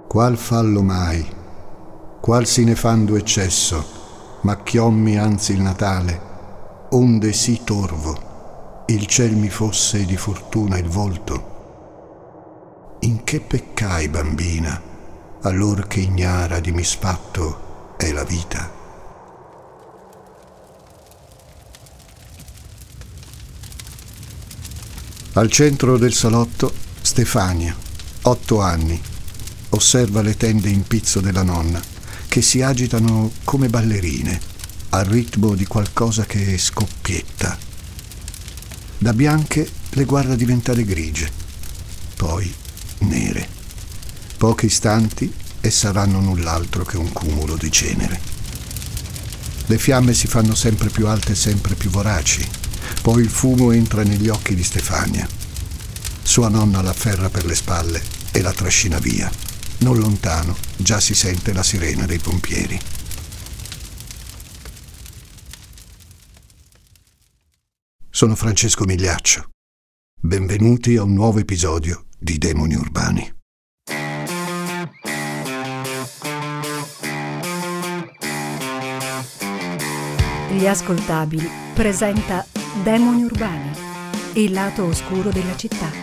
Qual fallo mai, qual sinefando eccesso, ma chiommi anzi il Natale, onde sì torvo, il ciel mi fosse di fortuna il volto. In che peccai, bambina, allor che ignara di misfatto è la vita? Al centro del salotto, Stefania, 8 anni, osserva le tende in pizzo della nonna, che si agitano come ballerine, al ritmo di qualcosa che scoppietta. Da bianche le guarda diventare grigie, poi nere. Pochi istanti e saranno null'altro che un cumulo di cenere. Le fiamme si fanno sempre più alte e sempre più voraci. Poi il fumo entra negli occhi di Stefania. Sua nonna la afferra per le spalle e la trascina via. Non lontano già si sente la sirena dei pompieri. Sono Francesco Migliaccio. Benvenuti a un nuovo episodio di Demoni Urbani. Gli Ascoltabili presenta Demoni Urbani, il lato oscuro della città.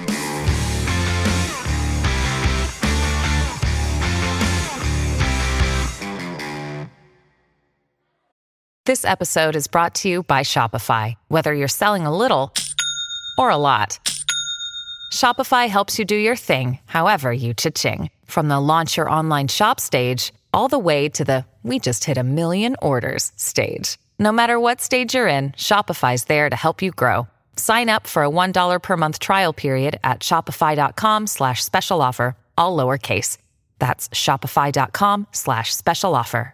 This episode is brought to you by Shopify. Whether you're selling a little or a lot, Shopify helps you do your thing, however you cha-ching. From the launch your online shop stage, all the way to the we just hit 1 million orders stage. No matter what stage you're in, Shopify's there to help you grow. Sign up for a $1 per month trial period at shopify.com/special offer, all lowercase. That's shopify.com/special offer.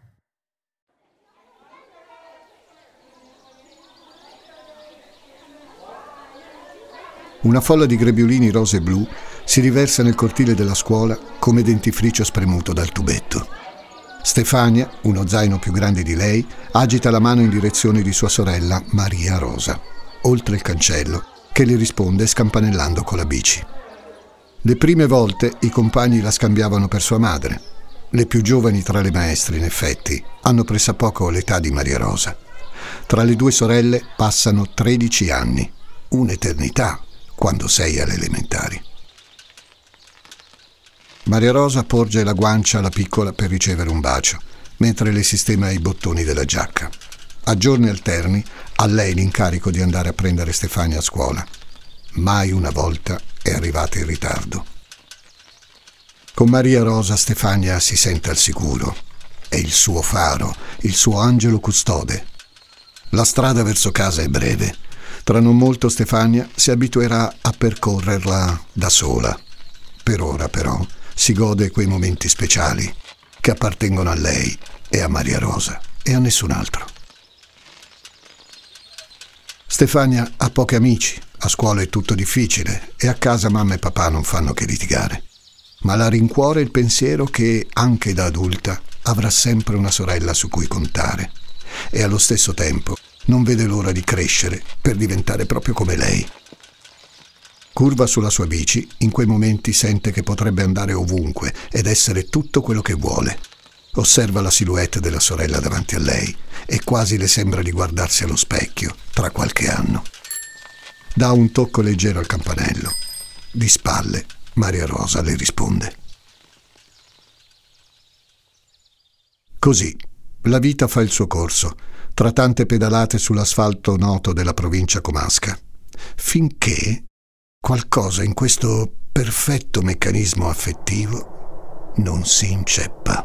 Una folla di grebiolini rose e blu si riversa nel cortile della scuola come dentifricio spremuto dal tubetto. Stefania, uno zaino più grande di lei, agita la mano in direzione di sua sorella Maria Rosa, oltre il cancello, che le risponde scampanellando con la bici. Le prime volte i compagni la scambiavano per sua madre. Le più giovani tra le maestre, in effetti, hanno pressappoco l'età di Maria Rosa. Tra le due sorelle passano 13 anni, un'eternità quando sei alle elementari. Maria Rosa porge la guancia alla piccola per ricevere un bacio, mentre le sistema i bottoni della giacca. A giorni alterni a lei l'incarico di andare a prendere Stefania a scuola. Mai una volta è arrivata in ritardo. Con Maria Rosa Stefania si sente al sicuro. È il suo faro, il suo angelo custode. La strada verso casa è breve. Tra non molto Stefania si abituerà a percorrerla da sola. Per ora, però, si gode quei momenti speciali che appartengono a lei e a Maria Rosa e a nessun altro. Stefania ha pochi amici, a scuola è tutto difficile e a casa mamma e papà non fanno che litigare. Ma la rincuora il pensiero che, anche da adulta, avrà sempre una sorella su cui contare e allo stesso tempo non vede l'ora di crescere per diventare proprio come lei. Curva sulla sua bici, in quei momenti sente che potrebbe andare ovunque ed essere tutto quello che vuole. Osserva la silhouette della sorella davanti a lei e quasi le sembra di guardarsi allo specchio tra qualche anno. Dà un tocco leggero al campanello. Di spalle, Maria Rosa le risponde. Così, la vita fa il suo corso, tra tante pedalate sull'asfalto noto della provincia comasca, finché qualcosa in questo perfetto meccanismo affettivo non si inceppa.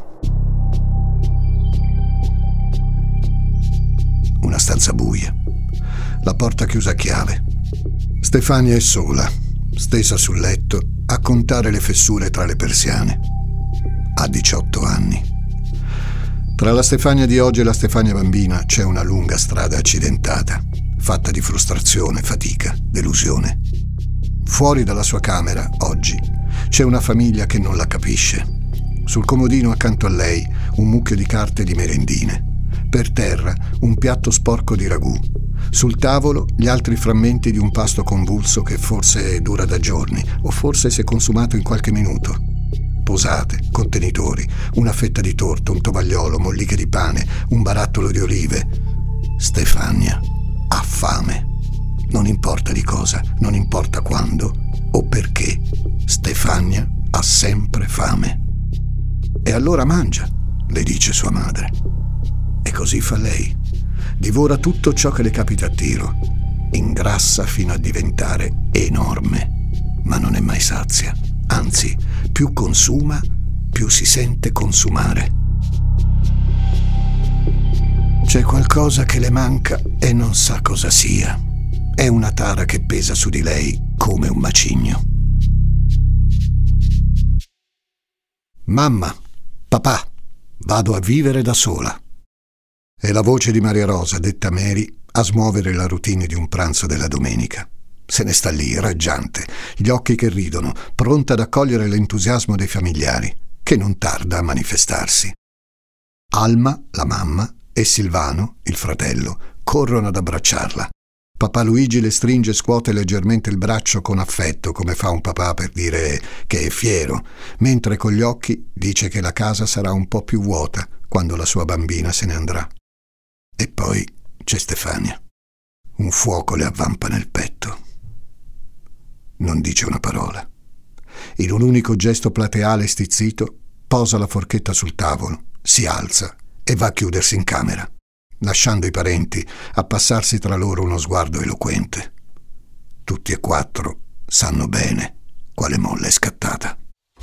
Una stanza buia, la porta chiusa a chiave. Stefania è sola, stesa sul letto, a contare le fessure tra le persiane. Ha 18 anni. Tra la Stefania di oggi e la Stefania bambina c'è una lunga strada accidentata, fatta di frustrazione, fatica, delusione. Fuori dalla sua camera, oggi, c'è una famiglia che non la capisce. Sul comodino accanto a lei un mucchio di carte e di merendine. Per terra un piatto sporco di ragù. Sul tavolo gli altri frammenti di un pasto convulso che forse dura da giorni o forse si è consumato in qualche minuto. posate, contenitori, una fetta di torta, un tovagliolo, molliche di pane, un barattolo di olive. Stefania ha fame. Non importa di cosa, non importa quando o perché. Stefania ha sempre fame. E allora mangia, le dice sua madre. E così fa lei. Divora tutto ciò che le capita a tiro. Ingrassa fino a diventare enorme, ma non è mai sazia. Anzi, più consuma, più si sente consumare. C'è qualcosa che le manca e non sa cosa sia. È una tara che pesa su di lei come un macigno. Mamma, papà, vado a vivere da sola. È la voce di Maria Rosa, detta Mary, a smuovere la routine di un pranzo della domenica. Se ne sta lì, raggiante, gli occhi che ridono, pronta ad accogliere l'entusiasmo dei familiari, che non tarda a manifestarsi. Alma, la mamma, e Silvano, il fratello, corrono ad abbracciarla. Papà Luigi le stringe e scuote leggermente il braccio con affetto, come fa un papà per dire che è fiero, mentre con gli occhi dice che la casa sarà un po' più vuota quando la sua bambina se ne andrà. E poi c'è Stefania. Un fuoco le avvampa nel petto. Non dice una parola. In un unico gesto plateale e stizzito, posa la forchetta sul tavolo, si alza e va a chiudersi in camera, lasciando i parenti a passarsi tra loro uno sguardo eloquente. Tutti e quattro sanno bene quale molla è scattata.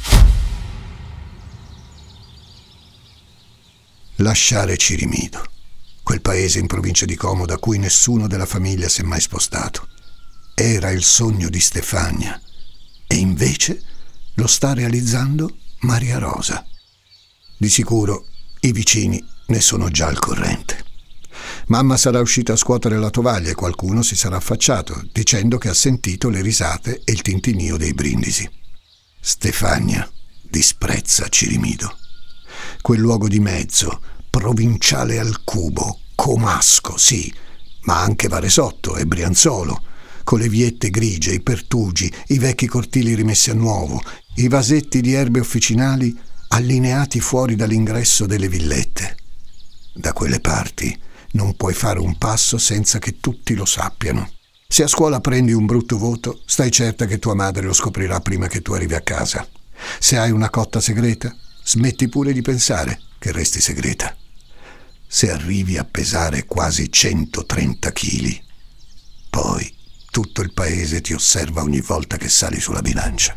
Lasciare Cirimido, quel paese in provincia di Como da cui nessuno della famiglia si è mai spostato. Era il sogno di Stefania e invece lo sta realizzando Maria Rosa. Di sicuro i vicini ne sono già al corrente. Mamma sarà uscita a scuotere la tovaglia e qualcuno si sarà affacciato dicendo che ha sentito le risate e il tintinnio dei brindisi. Stefania disprezza Cirimido, quel luogo di mezzo, provinciale al cubo, comasco, sì, ma anche Varesotto e Brianzolo, con le viette grigie, i pertugi, i vecchi cortili rimessi a nuovo, i vasetti di erbe officinali allineati fuori dall'ingresso delle villette. Da quelle parti non puoi fare un passo senza che tutti lo sappiano. Se a scuola prendi un brutto voto, stai certa che tua madre lo scoprirà prima che tu arrivi a casa. Se hai una cotta segreta, smetti pure di pensare che resti segreta. Se arrivi a pesare quasi 130 chili, poi tutto il paese ti osserva ogni volta che sali sulla bilancia.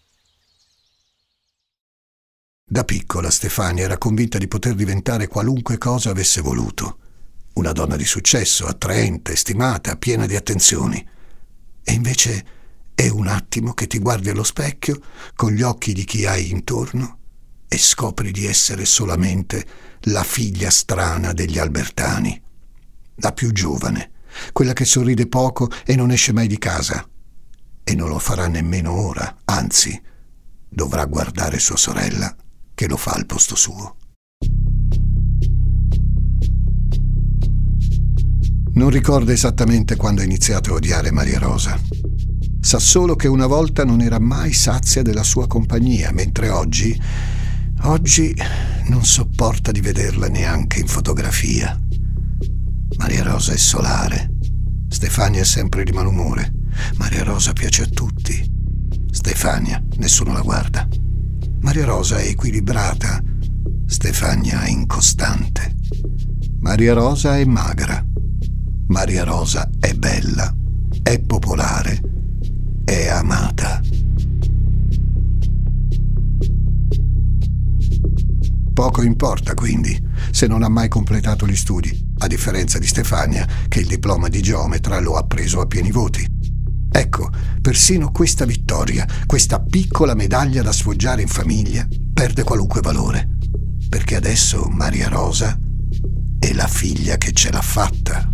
Da piccola Stefania era convinta di poter diventare qualunque cosa avesse voluto. Una donna di successo, attraente, stimata, piena di attenzioni. E invece è un attimo che ti guardi allo specchio con gli occhi di chi hai intorno e scopri di essere solamente la figlia strana degli Albertani, la più giovane, quella che sorride poco e non esce mai di casa. E non lo farà nemmeno ora, anzi, dovrà guardare sua sorella che lo fa al posto suo. Non ricorda esattamente quando ha iniziato a odiare Maria Rosa. Sa solo che una volta non era mai sazia della sua compagnia, mentre oggi non sopporta di vederla neanche in fotografia. Maria Rosa è solare. Stefania è sempre di malumore. Maria Rosa piace a tutti. Stefania nessuno la guarda. Maria Rosa è equilibrata. Stefania è incostante. Maria Rosa è magra. Maria Rosa è bella. È popolare. È amata. Poco importa, quindi, se non ha mai completato gli studi, a differenza di Stefania, che il diploma di geometra lo ha preso a pieni voti. Ecco, persino questa vittoria, questa piccola medaglia da sfoggiare in famiglia, perde qualunque valore, perché adesso Maria Rosa è la figlia che ce l'ha fatta.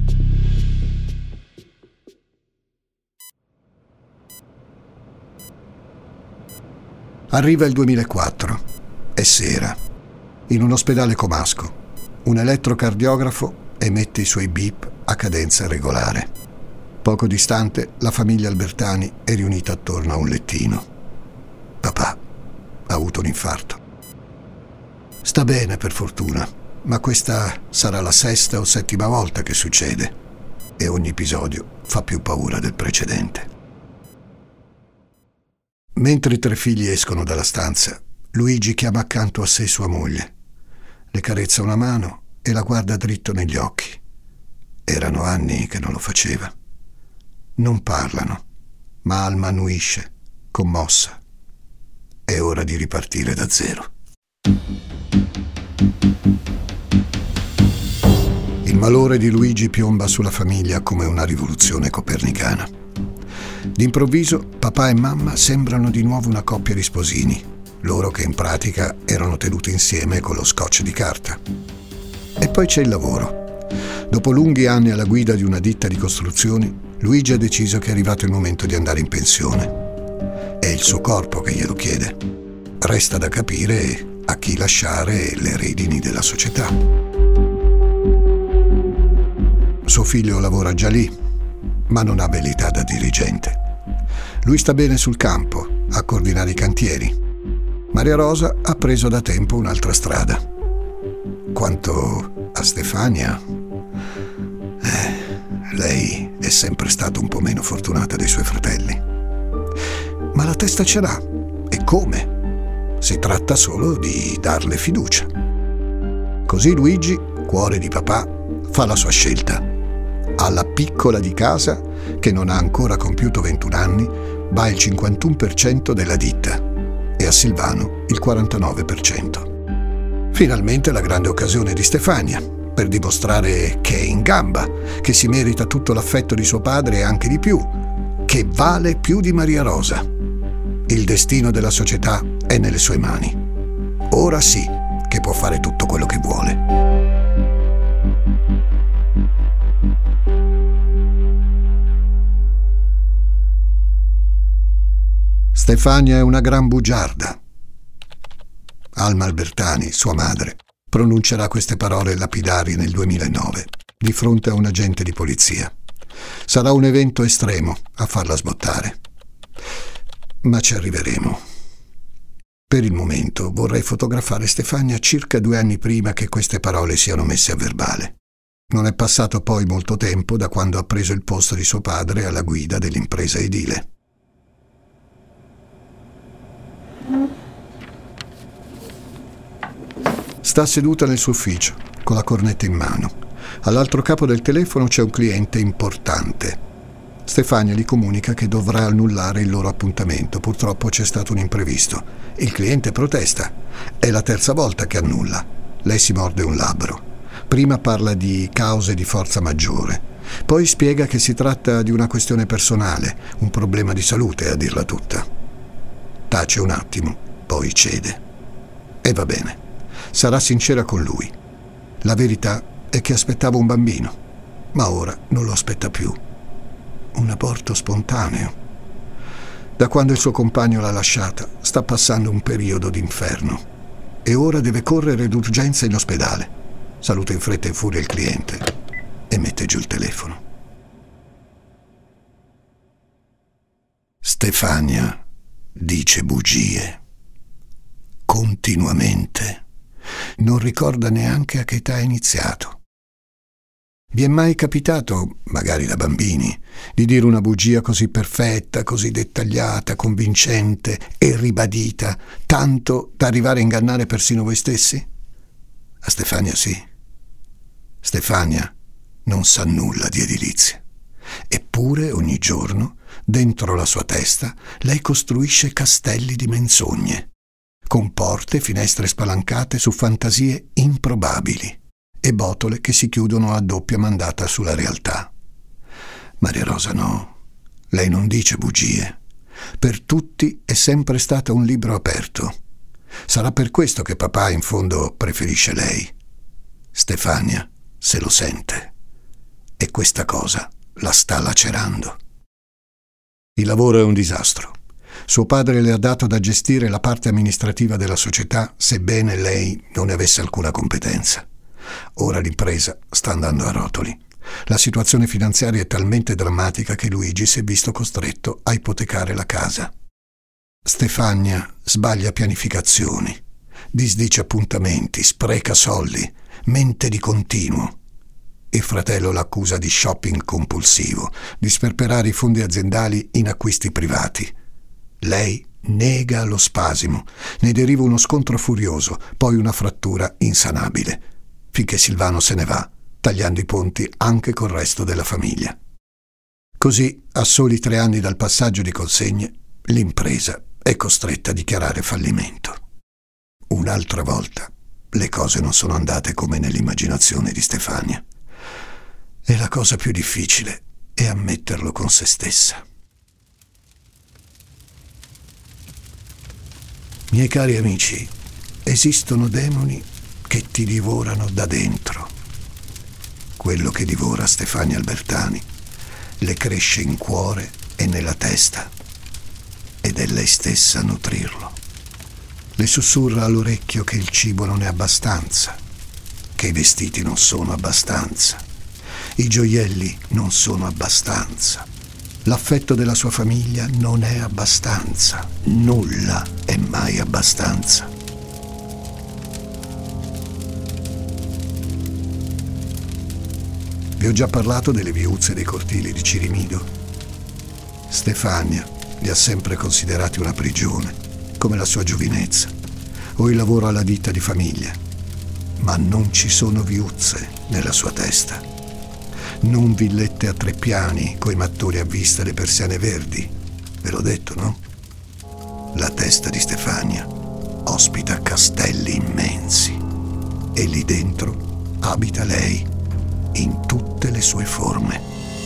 Arriva il 2004. È sera. In un ospedale comasco, un elettrocardiografo emette i suoi beep a cadenza regolare. Poco distante, la famiglia Albertani è riunita attorno a un lettino. Papà ha avuto un infarto. Sta bene, per fortuna, ma questa sarà la 6ª o 7ª volta che succede e ogni episodio fa più paura del precedente. Mentre i 3 figli escono dalla stanza, Luigi chiama accanto a sé sua moglie. Le carezza una mano e la guarda dritto negli occhi. Erano anni che non lo faceva. Non parlano, ma Alma annuisce, commossa. È ora di ripartire da zero. Il malore di Luigi piomba sulla famiglia come una rivoluzione copernicana. D'improvviso papà e mamma sembrano di nuovo una coppia di sposini, loro che in pratica erano tenuti insieme con lo scotch di carta. E poi c'è il lavoro. Dopo lunghi anni alla guida di una ditta di costruzioni, Luigi ha deciso che è arrivato il momento di andare in pensione. È il suo corpo che glielo chiede. Resta da capire a chi lasciare le redini della società. Suo figlio lavora già lì, ma non ha abilità da dirigente. Lui sta bene sul campo, a coordinare i cantieri. Maria Rosa ha preso da tempo un'altra strada. Quanto a Stefania, lei è sempre stata un po' meno fortunata dei suoi fratelli. Ma la testa ce l'ha. E come? Si tratta solo di darle fiducia. Così Luigi, cuore di papà, fa la sua scelta. Alla piccola di casa, che non ha ancora compiuto 21 anni, va il 51% della ditta e a Silvano il 49%. Finalmente la grande occasione di Stefania per dimostrare che è in gamba, che si merita tutto l'affetto di suo padre e anche di più, che vale più di Maria Rosa. Il destino della società è nelle sue mani. Ora sì che può fare tutto quello che vuole. Stefania è una gran bugiarda. Alma Albertani, sua madre, pronuncerà queste parole lapidarie nel 2009, di fronte a un agente di polizia. Sarà un evento estremo a farla sbottare. Ma ci arriveremo. Per il momento vorrei fotografare Stefania circa 2 anni prima che queste parole siano messe a verbale. Non è passato poi molto tempo da quando ha preso il posto di suo padre alla guida dell'impresa edile. Sta seduta nel suo ufficio, con la cornetta in mano. All'altro capo del telefono c'è un cliente importante. Stefania gli comunica che dovrà annullare il loro appuntamento. Purtroppo c'è stato un imprevisto. Il cliente protesta. È la 3ª volta che annulla. Lei si morde un labbro. Prima parla di cause di forza maggiore. Poi spiega che si tratta di una questione personale, un problema di salute, a dirla tutta. Tace un attimo, poi cede. E va bene. Sarà sincera con lui. La verità è che aspettava un bambino, ma ora non lo aspetta più. Un aborto spontaneo. Da quando il suo compagno l'ha lasciata, sta passando un periodo d'inferno e ora deve correre d'urgenza in ospedale. Saluta in fretta e in furia il cliente e mette giù il telefono. Stefania dice bugie continuamente. Non ricorda neanche a che età è iniziato. Vi è mai capitato, magari da bambini, di dire una bugia così perfetta, così dettagliata, convincente e ribadita, tanto da arrivare a ingannare persino voi stessi? A Stefania sì. Stefania non sa nulla di edilizia. Eppure ogni giorno, dentro la sua testa, lei costruisce castelli di menzogne, con porte e finestre spalancate su fantasie improbabili e botole che si chiudono a doppia mandata sulla realtà. Maria Rosa no, lei non dice bugie. Per tutti è sempre stata un libro aperto. Sarà per questo che papà in fondo preferisce lei. Stefania se lo sente e questa cosa la sta lacerando. Il lavoro è un disastro. Suo padre le ha dato da gestire la parte amministrativa della società, sebbene lei non ne avesse alcuna competenza. Ora l'impresa sta andando a rotoli. La situazione finanziaria è talmente drammatica che Luigi si è visto costretto a ipotecare la casa. Stefania sbaglia pianificazioni, disdice appuntamenti, spreca soldi, mente di continuo. Il fratello l'accusa di shopping compulsivo, di sperperare i fondi aziendali in acquisti privati. Lei nega lo spasimo, ne deriva uno scontro furioso, poi una frattura insanabile, finché Silvano se ne va, tagliando i ponti anche col resto della famiglia. Così, a soli 3 anni dal passaggio di consegne, l'impresa è costretta a dichiarare fallimento. Un'altra volta, le cose non sono andate come nell'immaginazione di Stefania. E la cosa più difficile è ammetterlo con se stessa. Miei cari amici, esistono demoni che ti divorano da dentro. Quello che divora Stefania Albertani le cresce in cuore e nella testa, ed è lei stessa a nutrirlo. Le sussurra all'orecchio che il cibo non è abbastanza, che i vestiti non sono abbastanza, i gioielli non sono abbastanza, l'affetto della sua famiglia non è abbastanza, nulla è mai abbastanza. Vi ho già parlato delle viuzze dei cortili di Cirimido. Stefania li ha sempre considerati una prigione, come la sua giovinezza o il lavoro alla ditta di famiglia. Ma non ci sono viuzze nella sua testa. Non villette a 3 piani coi mattoni a vista e le persiane verdi. Ve l'ho detto, no? La testa di Stefania ospita castelli immensi e lì dentro abita lei in tutte le sue forme.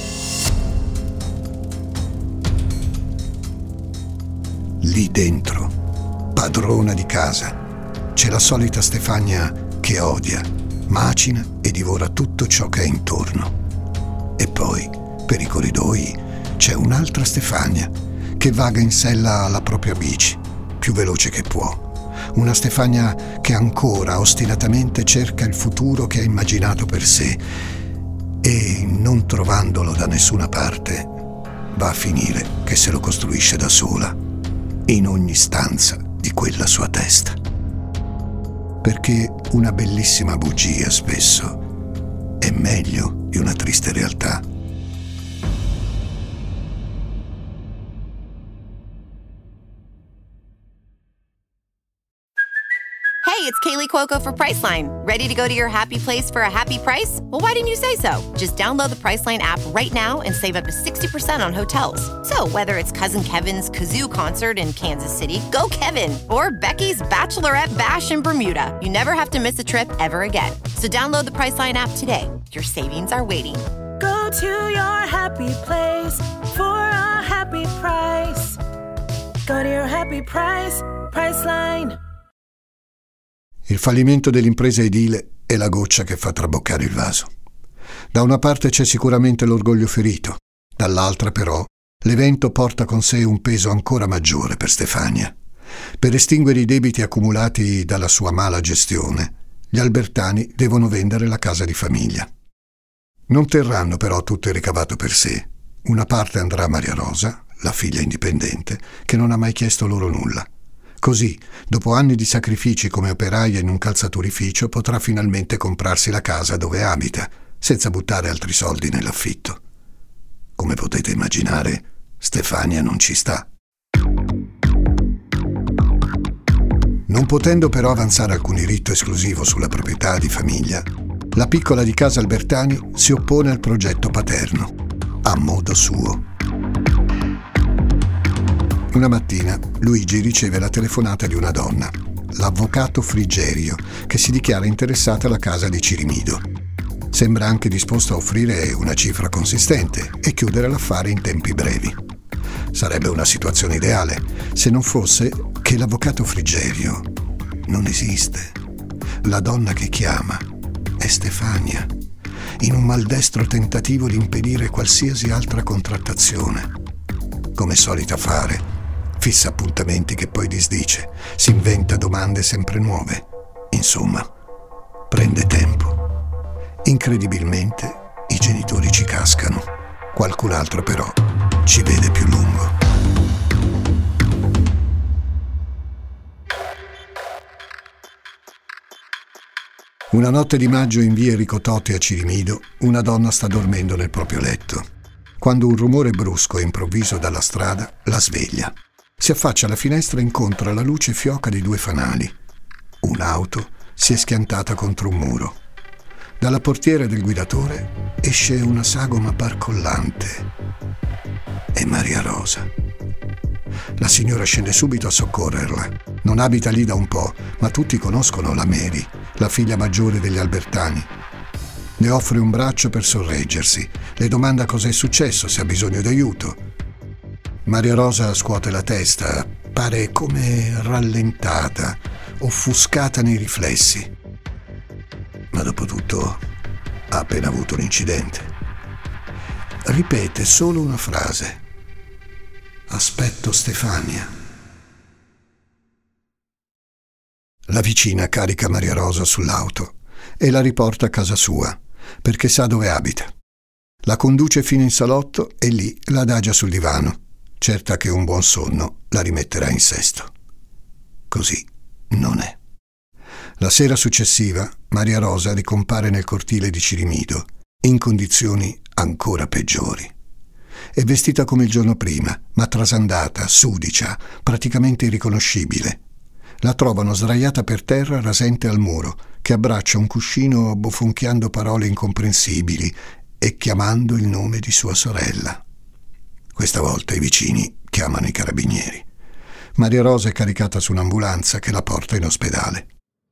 Lì dentro, padrona di casa, c'è la solita Stefania che odia, macina e divora tutto ciò che è intorno. E poi, per i corridoi, c'è un'altra Stefania che vaga in sella alla propria bici, più veloce che può. Una Stefania che ancora ostinatamente cerca il futuro che ha immaginato per sé e, non trovandolo da nessuna parte, va a finire che se lo costruisce da sola, in ogni stanza di quella sua testa. Perché una bellissima bugia spesso è meglio di una triste realtà. Hey, it's Kaylee Cuoco for Priceline. Ready to go to your happy place for a happy price? Well, why didn't you say so? Just download the Priceline app right now and save up to 60% on hotels. So whether it's Cousin Kevin's Kazoo Concert in Kansas City, go Kevin, or Becky's Bachelorette Bash in Bermuda, you never have to miss a trip ever again. So download the Priceline app today. Your savings are waiting. Go to your happy place for a happy price. Go to your happy price, Priceline. Il fallimento dell'impresa edile è la goccia che fa traboccare il vaso. Da una parte c'è sicuramente l'orgoglio ferito, dall'altra però l'evento porta con sé un peso ancora maggiore per Stefania. Per estinguere i debiti accumulati dalla sua mala gestione, gli Albertani devono vendere la casa di famiglia. Non terranno però tutto il ricavato per sé. Una parte andrà a Maria Rosa, la figlia indipendente, che non ha mai chiesto loro nulla. Così, dopo anni di sacrifici come operaia in un calzaturificio, potrà finalmente comprarsi la casa dove abita, senza buttare altri soldi nell'affitto. Come potete immaginare, Stefania non ci sta. Non potendo però avanzare alcun diritto esclusivo sulla proprietà di famiglia, la piccola di casa Albertani si oppone al progetto paterno, a modo suo. Una mattina Luigi riceve la telefonata di una donna, l'avvocato Frigerio, che si dichiara interessata alla casa di Cirimido. Sembra anche disposto a offrire una cifra consistente e chiudere l'affare in tempi brevi. Sarebbe una situazione ideale, se non fosse che l'avvocato Frigerio non esiste. La donna che chiama è Stefania, in un maldestro tentativo di impedire qualsiasi altra contrattazione. Come solita fare, fissa appuntamenti che poi disdice, si inventa domande sempre nuove. Insomma, prende tempo. Incredibilmente, i genitori ci cascano. Qualcun altro però ci vede più lungo. Una notte di maggio in via Enrico Totti a Cirimido, una donna sta dormendo nel proprio letto, quando un rumore brusco e improvviso dalla strada la sveglia. Si affaccia alla finestra e incontra la luce fioca di 2 fanali. Un'auto si è schiantata contro un muro. Dalla portiera del guidatore esce una sagoma barcollante. È Maria Rosa. La signora scende subito a soccorrerla. Non abita lì da un po', ma tutti conoscono la Mary, la figlia maggiore degli Albertani. Le offre un braccio per sorreggersi. Le domanda cosa è successo, se ha bisogno d'aiuto. Maria Rosa scuote la testa, pare come rallentata, offuscata nei riflessi. Ma dopo tutto ha appena avuto un incidente. Ripete solo una frase: aspetto Stefania. La vicina carica Maria Rosa sull'auto e la riporta a casa sua, perché sa dove abita. La conduce fino in salotto e lì la adagia sul divano, certa che un buon sonno la rimetterà in sesto. Così non è. La sera successiva Maria Rosa ricompare nel cortile di Cirimido, in condizioni ancora peggiori. È vestita come il giorno prima, ma trasandata, sudicia, praticamente irriconoscibile. La trovano sdraiata per terra rasente al muro, che abbraccia un cuscino bofonchiando parole incomprensibili e chiamando il nome di sua sorella. Questa volta i vicini chiamano i carabinieri. Maria Rosa è caricata su un'ambulanza che la porta in ospedale.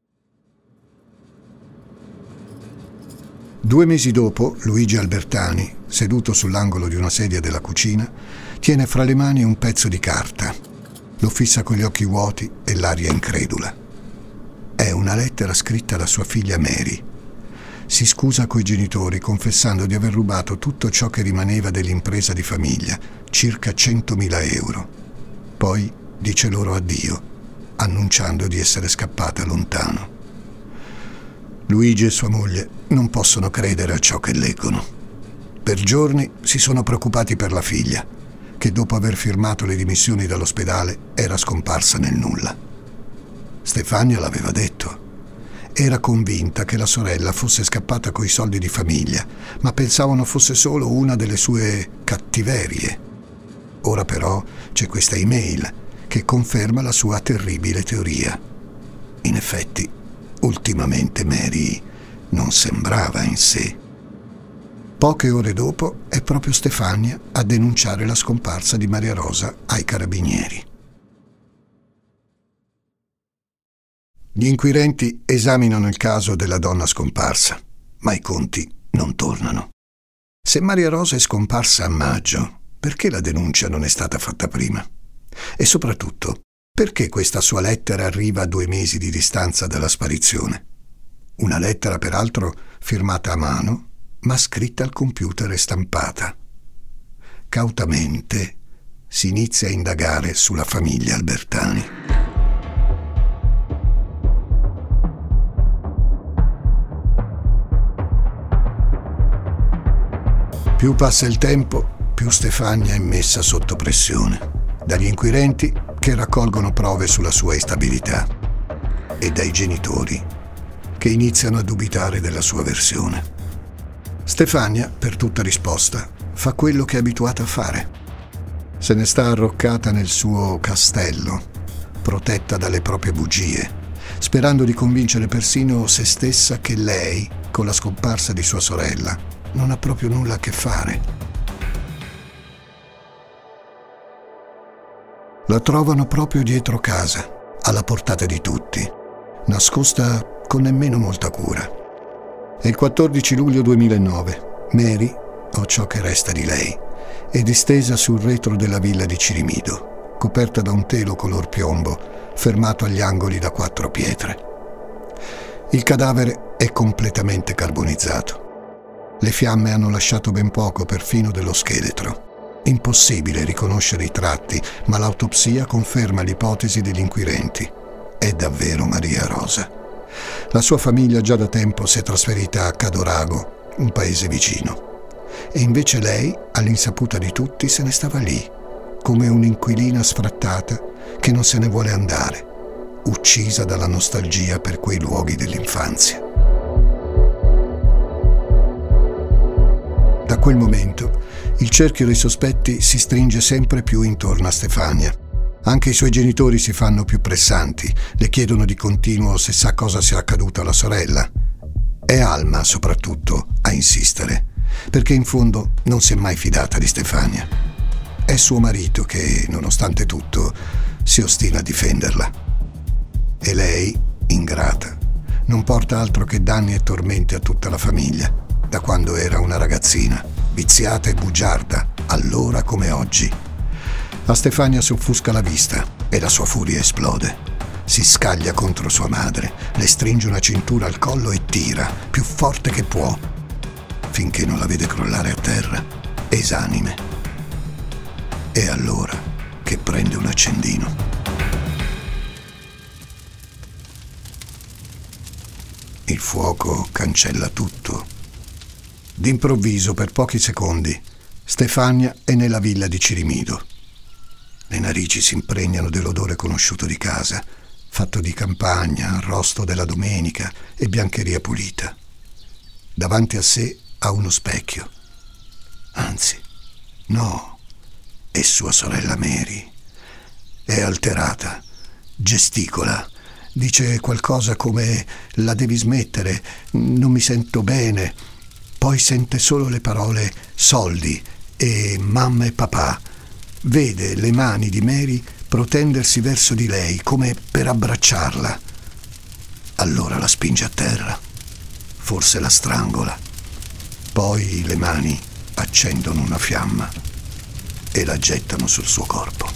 2 mesi dopo, Luigi Albertani, seduto sull'angolo di una sedia della cucina, tiene fra le mani un pezzo di carta. Lo fissa con gli occhi vuoti e l'aria incredula. È una lettera scritta da sua figlia Mary. Si scusa coi genitori confessando di aver rubato tutto ciò che rimaneva dell'impresa di famiglia, circa 100.000 euro. Poi dice loro addio, annunciando di essere scappata lontano. Luigi e sua moglie non possono credere a ciò che leggono. Per giorni si sono preoccupati per la figlia, che dopo aver firmato le dimissioni dall'ospedale era scomparsa nel nulla. Stefania l'aveva detto. Era convinta che la sorella fosse scappata coi soldi di famiglia, ma pensavano fosse solo una delle sue cattiverie. Ora però c'è questa email che conferma la sua terribile teoria. In effetti, ultimamente Mary non sembrava in sé. Poche ore dopo è proprio Stefania a denunciare la scomparsa di Maria Rosa ai carabinieri. Gli inquirenti esaminano il caso della donna scomparsa, ma i conti non tornano. Se Maria Rosa è scomparsa a maggio, perché la denuncia non è stata fatta prima? E soprattutto, perché questa sua lettera arriva a 2 mesi di distanza dalla sparizione? Una lettera, peraltro, firmata a mano, ma scritta al computer e stampata. Cautamente si inizia a indagare sulla famiglia Albertani. Più passa il tempo, più Stefania è messa sotto pressione. Dagli inquirenti che raccolgono prove sulla sua instabilità e dai genitori che iniziano a dubitare della sua versione. Stefania, per tutta risposta, fa quello che è abituata a fare. Se ne sta arroccata nel suo castello, protetta dalle proprie bugie, sperando di convincere persino se stessa che lei, con la scomparsa di sua sorella, non ha proprio nulla a che fare. La trovano proprio dietro casa, alla portata di tutti, nascosta con nemmeno molta cura. È il 14 luglio 2009. Mary, o ciò che resta di lei, è distesa sul retro della villa di Cirimido, coperta da un telo color piombo, fermato agli angoli da 4 pietre. Il cadavere è completamente carbonizzato. Le fiamme hanno lasciato ben poco perfino dello scheletro. Impossibile riconoscere i tratti, ma l'autopsia conferma l'ipotesi degli inquirenti. È davvero Maria Rosa. La sua famiglia già da tempo si è trasferita a Cadorago, un paese vicino. E invece lei, all'insaputa di tutti, se ne stava lì, come un'inquilina sfrattata che non se ne vuole andare, uccisa dalla nostalgia per quei luoghi dell'infanzia. quel momento il cerchio dei sospetti si stringe sempre più intorno a Stefania. Anche i suoi genitori si fanno più pressanti, le chiedono di continuo se sa cosa sia accaduto alla sorella. È Alma, soprattutto, a insistere, perché in fondo non si è mai fidata di Stefania. È suo marito che, nonostante tutto, si ostina a difenderla. E lei, ingrata, non porta altro che danni e tormenti a tutta la famiglia, da quando era una ragazzina, viziata e bugiarda, allora come oggi. A Stefania si offusca la vista e la sua furia esplode. Si scaglia contro sua madre, le stringe una cintura al collo e tira, più forte che può, finché non la vede crollare a terra, esanime. È allora che prende un accendino. Il fuoco cancella tutto. D'improvviso, per pochi secondi, Stefania è nella villa di Cirimido. Le narici si impregnano dell'odore conosciuto di casa, fatto di campagna, arrosto della domenica e biancheria pulita. Davanti a sé ha uno specchio. Anzi, no, è sua sorella Mary. È alterata, gesticola, dice qualcosa come «la devi smettere, non mi sento bene». Poi sente solo le parole «soldi» e «mamma e papà». Vede le mani di Mary protendersi verso di lei come per abbracciarla. Allora la spinge a terra, forse la strangola. Poi le mani accendono una fiamma e la gettano sul suo corpo.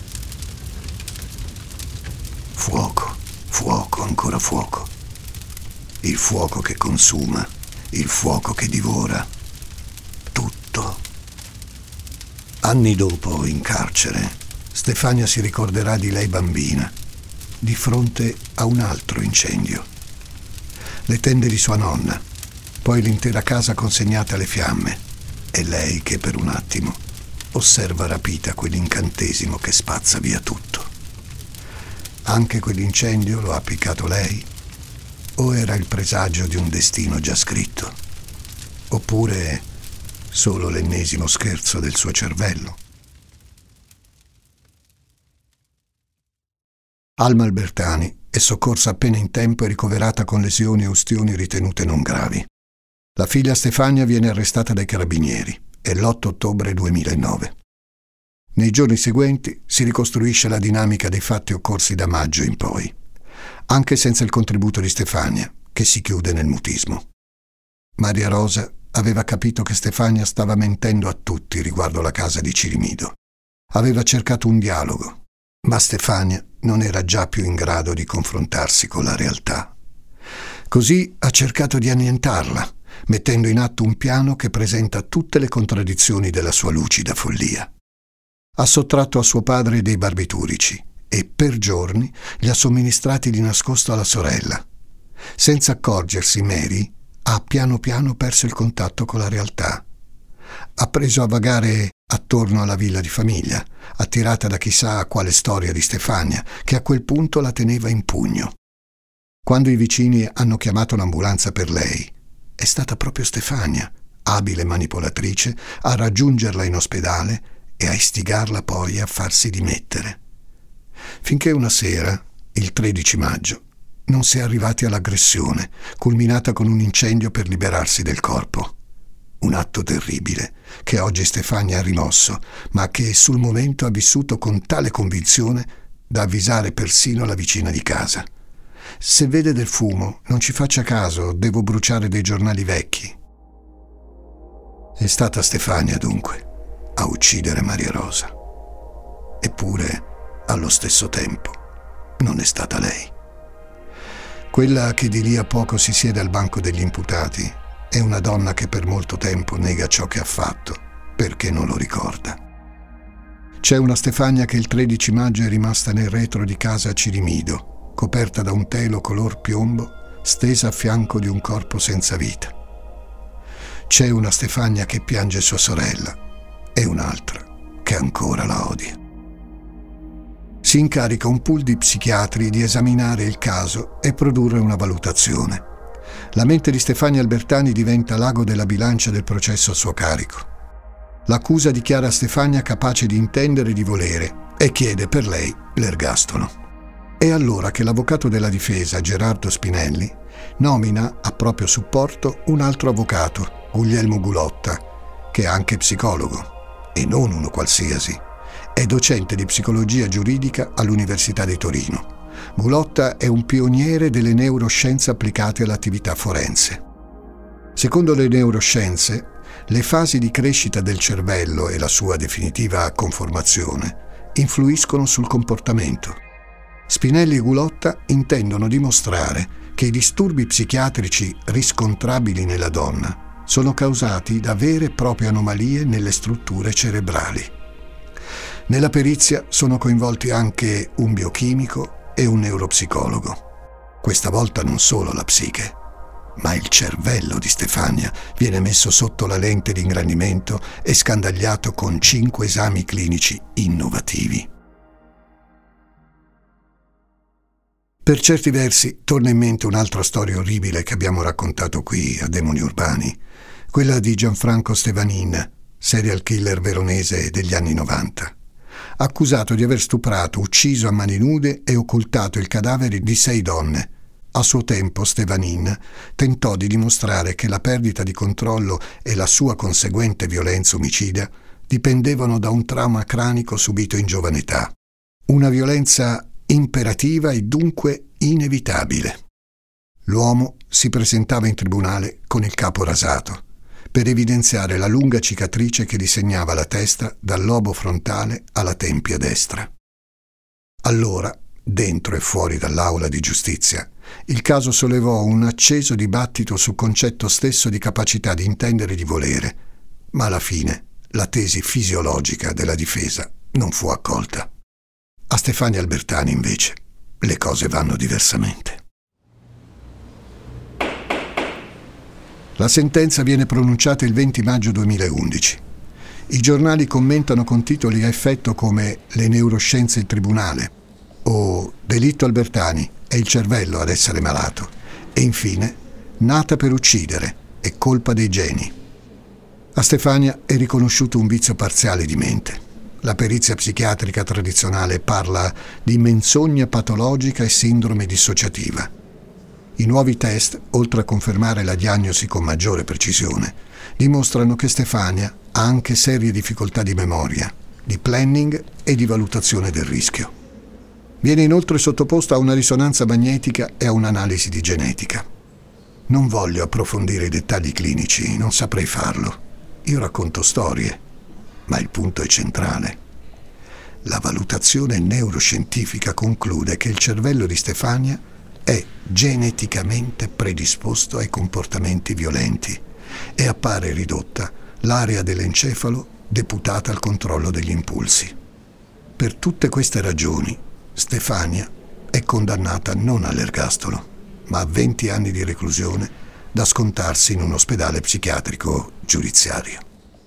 Fuoco, fuoco, ancora fuoco. Il fuoco che consuma, il fuoco che divora. Tutto. Anni dopo, in carcere, Stefania si ricorderà di lei bambina, di fronte a un altro incendio. Le tende di sua nonna, poi l'intera casa consegnata alle fiamme, e lei che per un attimo osserva rapita quell'incantesimo che spazza via tutto. Anche quell'incendio lo ha appiccato lei? O era il presagio di un destino già scritto? Oppure solo l'ennesimo scherzo del suo cervello? Alma Albertani è soccorsa appena in tempo e ricoverata con lesioni e ustioni ritenute non gravi. La figlia Stefania viene arrestata dai carabinieri. È l'8 ottobre 2009. Nei giorni seguenti si ricostruisce la dinamica dei fatti occorsi da maggio in poi, anche senza il contributo di Stefania, che si chiude nel mutismo. Maria Rosa aveva capito che Stefania stava mentendo a tutti riguardo la casa di Cirimido. Aveva cercato un dialogo, ma Stefania non era già più in grado di confrontarsi con la realtà. Così ha cercato di annientarla, mettendo in atto un piano che presenta tutte le contraddizioni della sua lucida follia. Ha sottratto a suo padre dei barbiturici e per giorni li ha somministrati di nascosto alla sorella. Senza accorgersi, Mary ha piano piano perso il contatto con la realtà. Ha preso a vagare attorno alla villa di famiglia, attirata da chissà quale storia di Stefania, che a quel punto la teneva in pugno. Quando i vicini hanno chiamato l'ambulanza per lei, è stata proprio Stefania, abile manipolatrice, a raggiungerla in ospedale e a istigarla poi a farsi dimettere. Finché una sera, il 13 maggio, non si è arrivati all'aggressione, culminata con un incendio per liberarsi del corpo. Un atto terribile che oggi Stefania ha rimosso, ma che sul momento ha vissuto con tale convinzione da avvisare persino la vicina di casa. Se vede del fumo, non ci faccia caso, devo bruciare dei giornali vecchi. È stata Stefania, dunque, a uccidere Maria Rosa. Eppure, allo stesso tempo, non è stata lei. Quella che di lì a poco si siede al banco degli imputati è una donna che per molto tempo nega ciò che ha fatto, perché non lo ricorda. C'è una Stefania che il 13 maggio è rimasta nel retro di casa a Cirimido, coperta da un telo color piombo, stesa a fianco di un corpo senza vita. C'è una Stefania che piange sua sorella e un'altra che ancora la odia. Si incarica un pool di psichiatri di esaminare il caso e produrre una valutazione. La mente di Stefania Albertani diventa l'ago della bilancia del processo a suo carico. L'accusa dichiara Stefania capace di intendere e di volere e chiede per lei l'ergastolo. È allora che l'avvocato della difesa, Gerardo Spinelli, nomina a proprio supporto un altro avvocato, Guglielmo Gulotta, che è anche psicologo, e non uno qualsiasi. È docente di psicologia giuridica all'Università di Torino. Gulotta è un pioniere delle neuroscienze applicate all'attività forense. Secondo le neuroscienze, le fasi di crescita del cervello e la sua definitiva conformazione influiscono sul comportamento. Spinelli e Gulotta intendono dimostrare che i disturbi psichiatrici riscontrabili nella donna sono causati da vere e proprie anomalie nelle strutture cerebrali. Nella perizia sono coinvolti anche un biochimico e un neuropsicologo. Questa volta non solo la psiche, ma il cervello di Stefania viene messo sotto la lente di ingrandimento e scandagliato con 5 esami clinici innovativi. Per certi versi torna in mente un'altra storia orribile che abbiamo raccontato qui a Demoni Urbani, quella di Gianfranco Stevanin, serial killer veronese degli anni 90. Accusato di aver stuprato, ucciso a mani nude e occultato il cadavere di 6 donne. A suo tempo Stevanin tentò di dimostrare che la perdita di controllo e la sua conseguente violenza omicida dipendevano da un trauma cranico subito in giovane età. Una violenza imperativa e dunque inevitabile. L'uomo si presentava in tribunale con il capo rasato, per evidenziare la lunga cicatrice che disegnava la testa dal lobo frontale alla tempia destra. Allora, dentro e fuori dall'aula di giustizia, il caso sollevò un acceso dibattito sul concetto stesso di capacità di intendere e di volere, ma alla fine la tesi fisiologica della difesa non fu accolta. A Stefania Albertani, invece, le cose vanno diversamente. La sentenza viene pronunciata il 20 maggio 2011. I giornali commentano con titoli a effetto come «Le neuroscienze il tribunale» o «Delitto Albertani, è il cervello ad essere malato» e infine «Nata per uccidere, è colpa dei geni». A Stefania è riconosciuto un vizio parziale di mente. La perizia psichiatrica tradizionale parla di menzogna patologica e sindrome dissociativa. I nuovi test, oltre a confermare la diagnosi con maggiore precisione, dimostrano che Stefania ha anche serie difficoltà di memoria, di planning e di valutazione del rischio. Viene inoltre sottoposta a una risonanza magnetica e a un'analisi di genetica. Non voglio approfondire i dettagli clinici, non saprei farlo. Io racconto storie, ma il punto è centrale. La valutazione neuroscientifica conclude che il cervello di Stefania è geneticamente predisposto ai comportamenti violenti e appare ridotta l'area dell'encefalo deputata al controllo degli impulsi. Per tutte queste ragioni, Stefania è condannata non all'ergastolo, ma a 20 anni di reclusione da scontarsi in un ospedale psichiatrico giudiziario.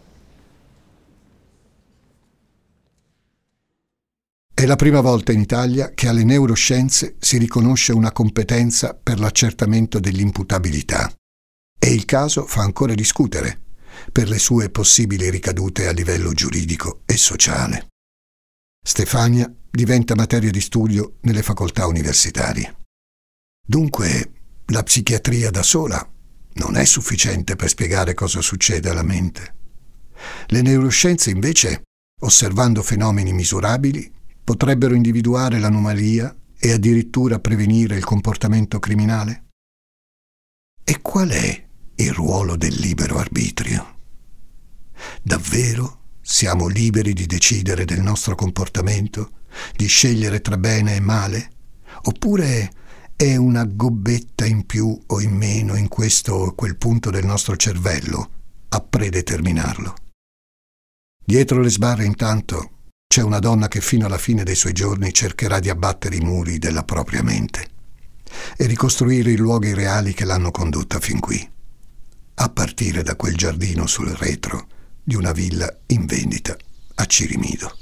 È la prima volta in Italia che alle neuroscienze si riconosce una competenza per l'accertamento dell'imputabilità e il caso fa ancora discutere per le sue possibili ricadute a livello giuridico e sociale. Stefania diventa materia di studio nelle facoltà universitarie. Dunque, la psichiatria da sola non è sufficiente per spiegare cosa succede alla mente. Le neuroscienze, invece, osservando fenomeni misurabili, potrebbero individuare l'anomalia e addirittura prevenire il comportamento criminale? E qual è il ruolo del libero arbitrio? Davvero siamo liberi di decidere del nostro comportamento, di scegliere tra bene e male? Oppure è una gobbetta in più o in meno in questo o quel punto del nostro cervello a predeterminarlo? Dietro le sbarre, intanto, c'è una donna che fino alla fine dei suoi giorni cercherà di abbattere i muri della propria mente e ricostruire i luoghi reali che l'hanno condotta fin qui, a partire da quel giardino sul retro di una villa in vendita a Cirimido.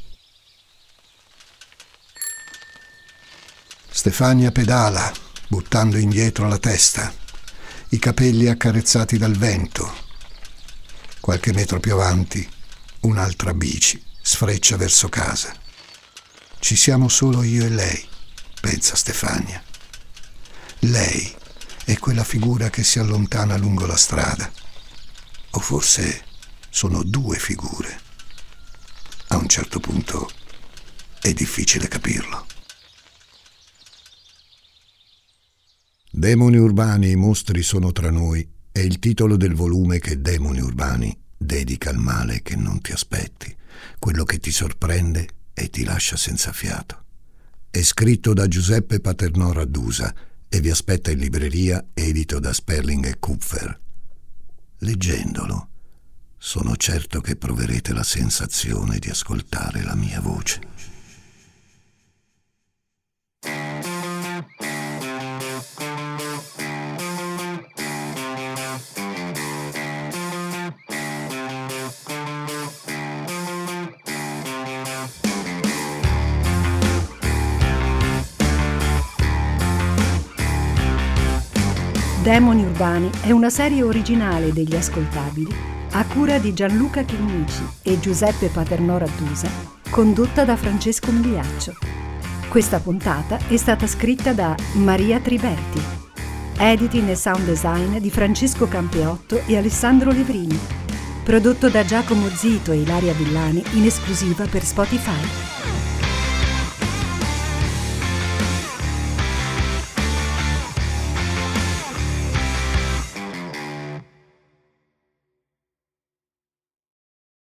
Stefania pedala, buttando indietro la testa. i capelli accarezzati dal vento. Qualche metro più avanti, un'altra bici sfreccia verso casa. Ci siamo solo io e lei, pensa Stefania. Lei è quella figura che si allontana lungo la strada. O forse sono due figure. A un certo punto è difficile capirlo. Demoni urbani, i mostri sono tra noi, è il titolo del volume che Demoni urbani dedica al male che non ti aspetti, quello che ti sorprende e ti lascia senza fiato. È scritto da Giuseppe Paternò Raddusa e vi aspetta in libreria, edito da Sperling e Kupfer. Leggendolo, sono certo che proverete la sensazione di ascoltare la mia voce. Demoni urbani è una serie originale degli Ascoltabili a cura di Gianluca Chinnici e Giuseppe Paternò Raddusa, condotta da Francesco Migliaccio. Questa puntata è stata scritta da Maria Triberti, editing e sound design di Francesco Campeotto e Alessandro Levrini, prodotto da Giacomo Zito e Ilaria Villani in esclusiva per Spotify.